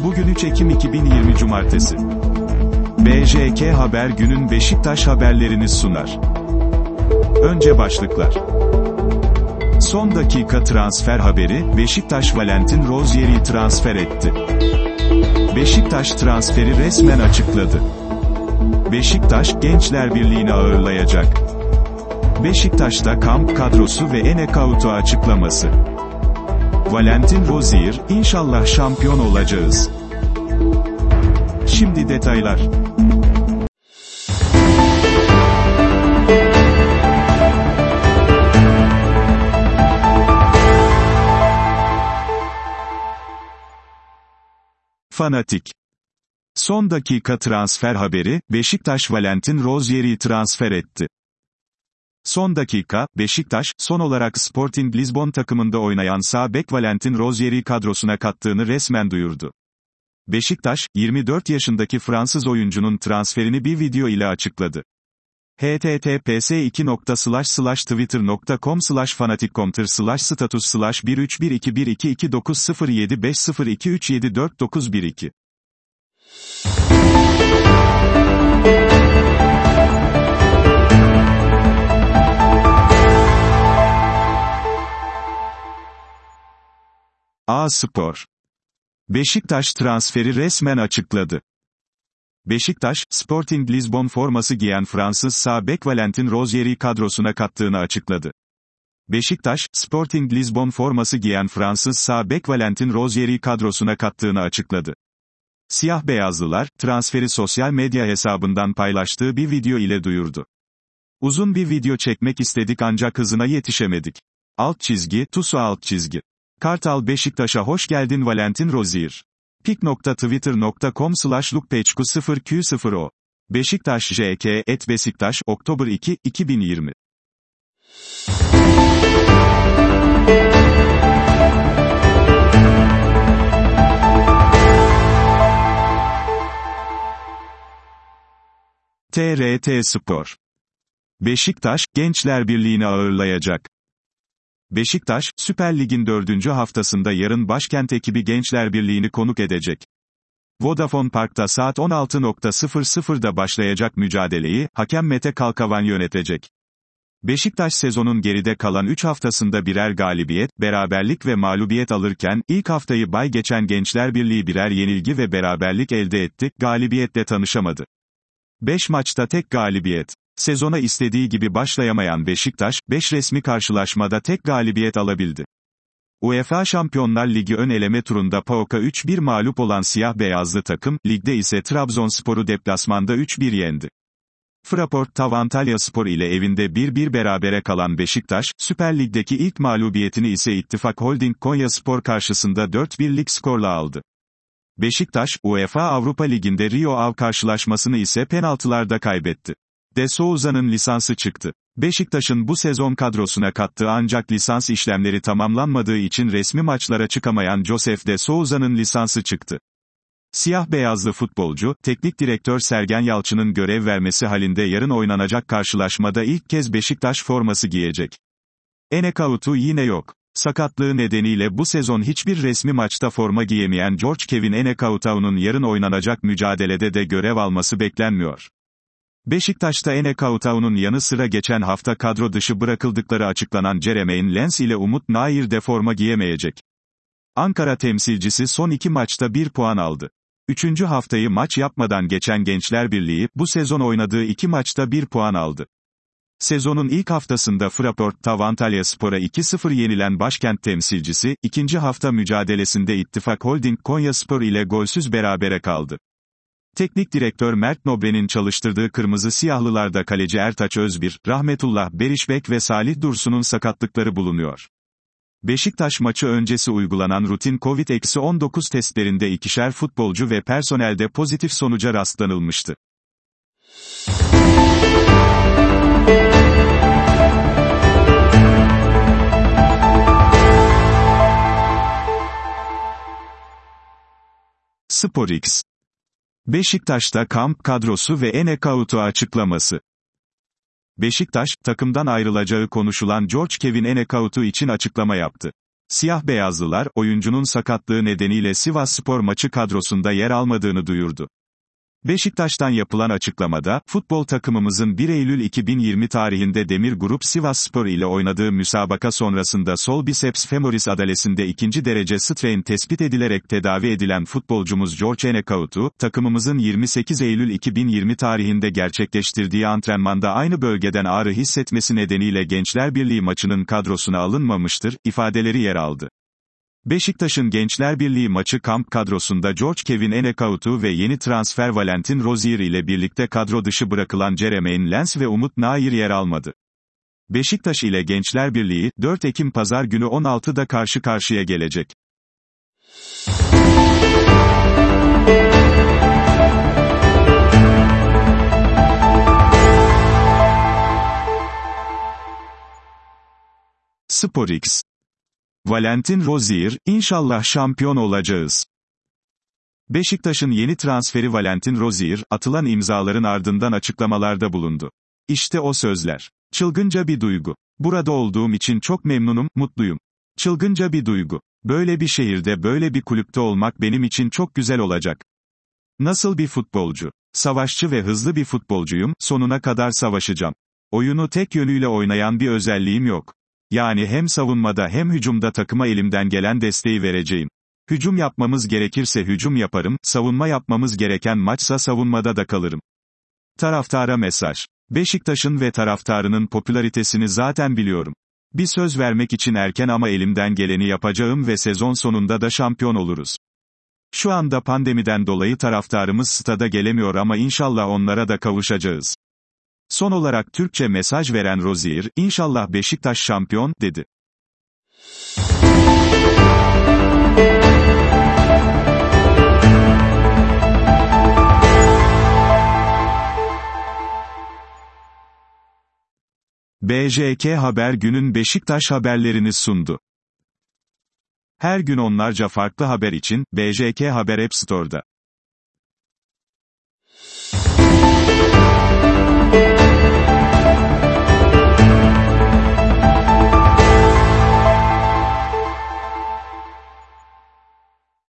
Bugün 3 Ekim 2020 Cumartesi. BJK Haber günün Beşiktaş haberlerini sunar. Önce başlıklar. Son dakika transfer haberi, Beşiktaş Valentin Rozier'i transfer etti. Beşiktaş transferi resmen açıkladı. Beşiktaş, Gençler Birliği'ni ağırlayacak. Beşiktaş'ta kamp kadrosu ve Enekautu açıklaması. Valentin Rozier, inşallah şampiyon olacağız. Şimdi detaylar. Fanatik. Son dakika transfer haberi, Beşiktaş Valentin Rozier'i transfer etti. Son dakika, Beşiktaş, son olarak Sporting Lisbon takımında oynayan sağ bek Valentin Rozier'i kadrosuna kattığını resmen duyurdu. Beşiktaş, 24 yaşındaki Fransız oyuncunun transferini bir video ile açıkladı. https://twitter.com/fanatic.com/status/131212290750237502492. A-Spor. Beşiktaş transferi resmen açıkladı. Beşiktaş, Sporting Lisbon forması giyen Fransız sağ bek Valentin Rozier'i kadrosuna kattığını açıkladı. Beşiktaş, Sporting Lisbon forması giyen Fransız sağ bek Valentin Rozier'i kadrosuna kattığını açıkladı. Siyah-beyazlılar, transferi sosyal medya hesabından paylaştığı bir video ile duyurdu. Uzun bir video çekmek istedik ancak hızına yetişemedik. _TUSU Kartal Beşiktaş'a hoş geldin Valentin Rozier. pik.twitter.com/lukpeçku0q0o Beşiktaş JK @Besiktaş Oktober 2, 2020. TRT Spor. Beşiktaş, Gençler Birliği'ni ağırlayacak. Beşiktaş, Süper Lig'in 4. haftasında yarın başkent ekibi Gençler Birliği'ni konuk edecek. Vodafone Park'ta saat 16.00'da başlayacak mücadeleyi, hakem Mete Kalkavan yönetecek. Beşiktaş sezonun geride kalan 3 haftasında birer galibiyet, beraberlik ve mağlubiyet alırken, ilk haftayı bay geçen Gençler Birliği birer yenilgi ve beraberlik elde etti, galibiyetle tanışamadı. 5 maçta tek galibiyet. Sezona istediği gibi başlayamayan Beşiktaş, 5 resmi karşılaşmada tek galibiyet alabildi. UEFA Şampiyonlar Ligi ön eleme turunda PAOK'a 3-1 mağlup olan siyah-beyazlı takım, ligde ise Trabzonspor'u deplasmanda 3-1 yendi. Fraport Tav Antalyaspor ile evinde 1-1 berabere kalan Beşiktaş, Süper Lig'deki ilk mağlubiyetini ise İttifak Holding Konyaspor karşısında 4-1'lik skorla aldı. Beşiktaş, UEFA Avrupa Ligi'nde Rio Ave karşılaşmasını ise penaltılarda kaybetti. De Souza'nın lisansı çıktı. Beşiktaş'ın bu sezon kadrosuna kattığı ancak lisans işlemleri tamamlanmadığı için resmi maçlara çıkamayan Joseph De Souza'nın lisansı çıktı. Siyah-beyazlı futbolcu, teknik direktör Sergen Yalçın'ın görev vermesi halinde yarın oynanacak karşılaşmada ilk kez Beşiktaş forması giyecek. Enekautu yine yok. Sakatlığı nedeniyle bu sezon hiçbir resmi maçta forma giyemeyen George-Kevin Enekautu'nun yarın oynanacak mücadelede de görev alması beklenmiyor. Beşiktaş'ta Enekautu'nun yanı sıra geçen hafta kadro dışı bırakıldıkları açıklanan Jeremaine Lens ile Umut Nayır de forma giyemeyecek. Ankara temsilcisi son 2 maçta 1 puan aldı. 3. haftayı maç yapmadan geçen Gençler Birliği, bu sezon oynadığı 2 maçta 1 puan aldı. Sezonun ilk haftasında Fraport Tav Antalyaspor'a 2-0 yenilen başkent temsilcisi, 2. hafta mücadelesinde İttifak Holding Konyaspor ile golsüz berabere kaldı. Teknik direktör Mert Nobre'nin çalıştırdığı Kırmızı Siyahlılarda kaleci Ertaç Özbir, Rahmetullah Berişbek ve Salih Dursun'un sakatlıkları bulunuyor. Beşiktaş maçı öncesi uygulanan rutin Covid-19 testlerinde ikişer futbolcu ve personelde pozitif sonuca rastlanılmıştı. SporX. Beşiktaş'ta kamp kadrosu ve Enekautu açıklaması. Beşiktaş, takımdan ayrılacağı konuşulan George-Kevin Enekautu için açıklama yaptı. Siyah-beyazlılar, oyuncunun sakatlığı nedeniyle Sivasspor maçı kadrosunda yer almadığını duyurdu. Beşiktaş'tan yapılan açıklamada, futbol takımımızın 1 Eylül 2020 tarihinde Demir Grup Sivasspor ile oynadığı müsabaka sonrasında sol biceps femoris adalesinde 2. derece strain tespit edilerek tedavi edilen futbolcumuz George Enekautu, takımımızın 28 Eylül 2020 tarihinde gerçekleştirdiği antrenmanda aynı bölgeden ağrı hissetmesi nedeniyle Gençler Birliği maçının kadrosuna alınmamıştır, ifadeleri yer aldı. Beşiktaş'ın Gençler Birliği maçı kamp kadrosunda George Kevin Enekautu ve yeni transfer Valentin Rozier ile birlikte kadro dışı bırakılan Jeremaine Lens ve Umut Nair yer almadı. Beşiktaş ile Gençler Birliği, 4 Ekim Pazar günü 16'da karşı karşıya gelecek. SporX. Valentin Rozier, inşallah şampiyon olacağız. Beşiktaş'ın yeni transferi Valentin Rozier, atılan imzaların ardından açıklamalarda bulundu. İşte o sözler. Çılgınca bir duygu. Burada olduğum için çok memnunum, mutluyum. Çılgınca bir duygu. Böyle bir şehirde, böyle bir kulüpte olmak benim için çok güzel olacak. Nasıl bir futbolcu? Savaşçı ve hızlı bir futbolcuyum, sonuna kadar savaşacağım. Oyunu tek yönüyle oynayan bir özelliğim yok. Yani hem savunmada hem hücumda takıma elimden gelen desteği vereceğim. Hücum yapmamız gerekirse hücum yaparım, savunma yapmamız gereken maçsa savunmada da kalırım. Taraftara mesaj. Beşiktaş'ın ve taraftarının popülaritesini zaten biliyorum. Bir söz vermek için erken ama elimden geleni yapacağım ve sezon sonunda da şampiyon oluruz. Şu anda pandemiden dolayı taraftarımız stada gelemiyor ama inşallah onlara da kavuşacağız. Son olarak Türkçe mesaj veren Rozier, inşallah Beşiktaş şampiyon, dedi. BJK Haber günün Beşiktaş haberlerini sundu. Her gün onlarca farklı haber için, BJK Haber App Store'da.